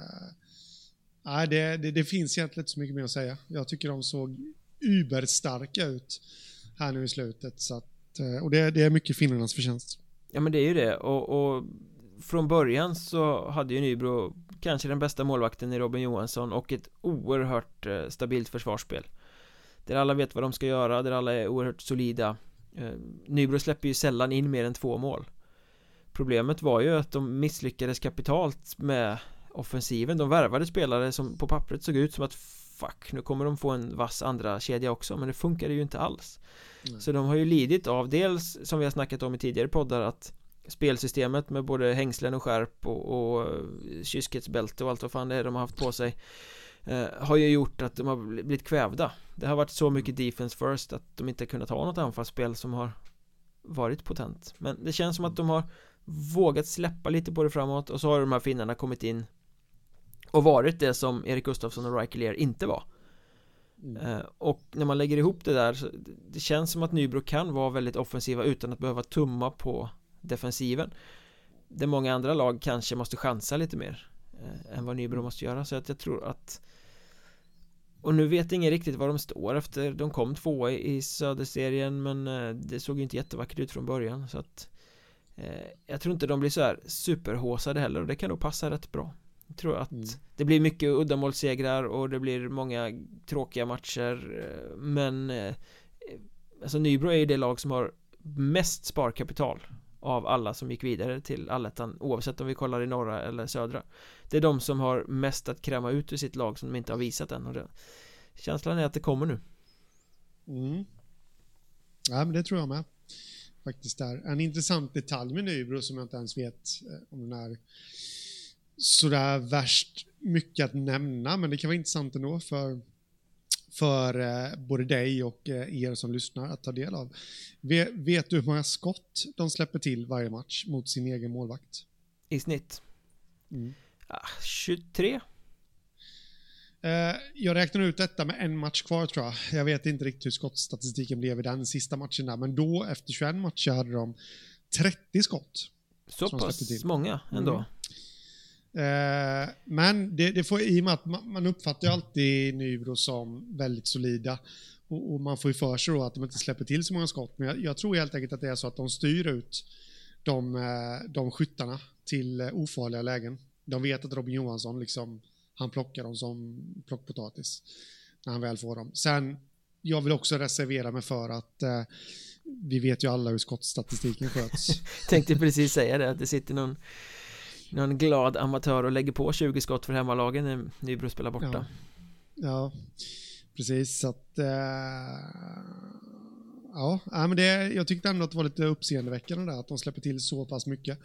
det finns egentligen inte så mycket mer att säga. Jag tycker de såg uberstarka ut här nu i slutet, så att, och det är mycket finnarnas förtjänst. Ja, men det är ju det, och från början så hade ju Nybro kanske den bästa målvakten i Robin Johansson och ett oerhört stabilt försvarsspel där alla vet vad de ska göra, där alla är oerhört solida. Nybro släpper ju sällan in mer än 2 mål. Problemet var ju att de misslyckades kapitalt med offensiven. De värvade spelare som på pappret såg ut som att fuck, nu kommer de få en vass andra kedja också, men det funkade ju inte alls. Så de har ju lidit av, dels som vi har snackat om i tidigare poddar, att spelsystemet med både hängslen och skärp och kyskhetsbälte och allt vad fan det är de har haft på sig har ju gjort att de har blivit kvävda. Det har varit så mycket defense first att de inte kunnat ha något anfallsspel som har varit potent. Men det känns som att de har vågat släppa lite på det framåt, och så har de här finnarna kommit in och varit det som Erik Gustafsson och Raikelier inte var. Och när man lägger ihop det där så det känns som att Nybro kan vara väldigt offensiva utan att behöva tumma på defensiven. Det många andra lag kanske måste chansa lite mer än vad Nybro måste göra, så att jag tror att, och nu vet ingen riktigt var de står efter, de kom 2 i söderserien, men det såg ju inte jättevackert ut från början, så att jag tror inte de blir så här superhåsade heller, och det kan nog passa rätt bra. Jag tror att det blir mycket uddamålssegrar och det blir många tråkiga matcher, men alltså Nybro är ju det lag som har mest sparkapital av alla som gick vidare till allettan, oavsett om vi kollar i norra eller södra. Det är de som har mest att kräma ut ur sitt lag som de inte har visat än, och känslan är att det kommer nu. Ja, men det tror jag med. Faktiskt där. En intressant detalj med Nybro som jag inte ens vet om den är sådär värst mycket att nämna, men det kan vara intressant ändå för både dig och er som lyssnar att ta del av. Vet du hur många skott de släpper till varje match mot sin egen målvakt? I snitt? 23. Jag räknar ut detta med en match kvar tror jag. Jag vet inte riktigt hur skottstatistiken blev i den sista matchen där. Men då, efter 21 matcher, hade de 30 skott. Så pass många ändå. Men det får, i och med att man uppfattar ju alltid Nybro som väldigt solida. Och man får ju för sig då att de inte släpper till så många skott. Men jag tror helt enkelt att det är så att de styr ut de skyttarna till ofarliga lägen. De vet att Robin Johansson liksom, han plockar dem som plockpotatis när han väl får dem. Sen, jag vill också reservera mig för att vi vet ju alla hur skottstatistiken sköts. Tänkte precis säga det, att det sitter någon glad amatör och lägger på 20 skott för hemmalagen när Nybro spelar borta. Ja, precis. Så att, men jag tyckte ändå att det var lite uppseendeväckande där, att de släpper till så pass mycket.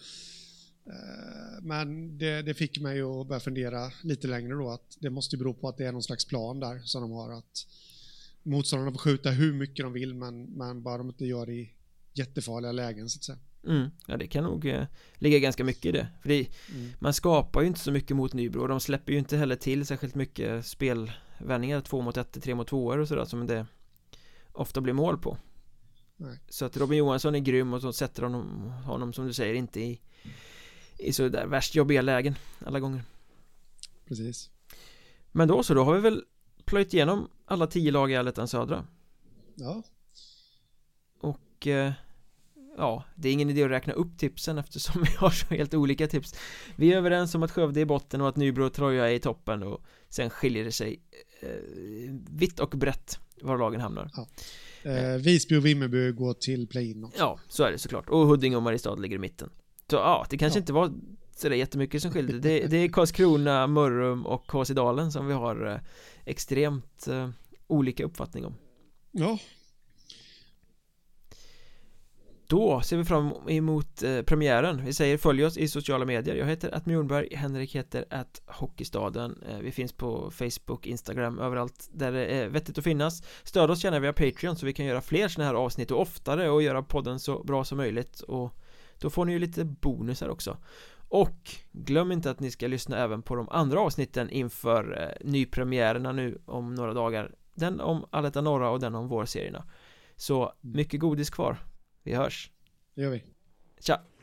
Men det fick mig att börja fundera lite längre då, att det måste ju bero på att det är någon slags plan där som de har, att motståndarna får skjuta hur mycket de vill, men bara de inte gör det i jättefarliga lägen så att säga. Ja, det kan nog ligga ganska mycket i det. För man skapar ju inte så mycket mot Nybro, och de släpper ju inte heller till särskilt mycket spelvändningar, 2 mot 1, 3 mot 2 och sådär, som det ofta blir mål på. Nej. Så att Robin Johansson är grym, och så sätter honom som du säger inte i så där värst jobbiga lägen alla gånger. Precis. Men då har vi väl plöjt igenom alla 10 lag i Allettan Södra. Ja. Och det är ingen idé att räkna upp tipsen eftersom vi har så helt olika tips. Vi är överens om att Skövde är i botten och att Nybro och Troja är i toppen, och sen skiljer det sig vitt och brett var lagen hamnar. Ja. Visby och Vimmerby går till play-in också. Ja, så är det såklart. Och Huddinge och Mariestad ligger i mitten. Så det kanske inte var så det är jättemycket som skiljer. Det är Karlskrona, Mörrum och Kåsidalen som vi har extremt olika uppfattning om. Ja. Då ser vi fram emot premiären. Vi säger följ oss i sociala medier. Jag heter @Mjornberg, Henrik heter @Hockeystaden. Vi finns på Facebook, Instagram, överallt där det är vettigt att finnas. Stöd oss gärna via Patreon så vi kan göra fler såna här avsnitt och oftare, och göra podden så bra som möjligt. Och då får ni ju lite bonusar också. Och glöm inte att ni ska lyssna även på de andra avsnitten inför nypremiärerna nu om några dagar. Den om Allettan Norra och den om vårserierna. Så mycket godis kvar. Vi hörs. Det gör vi. Tja.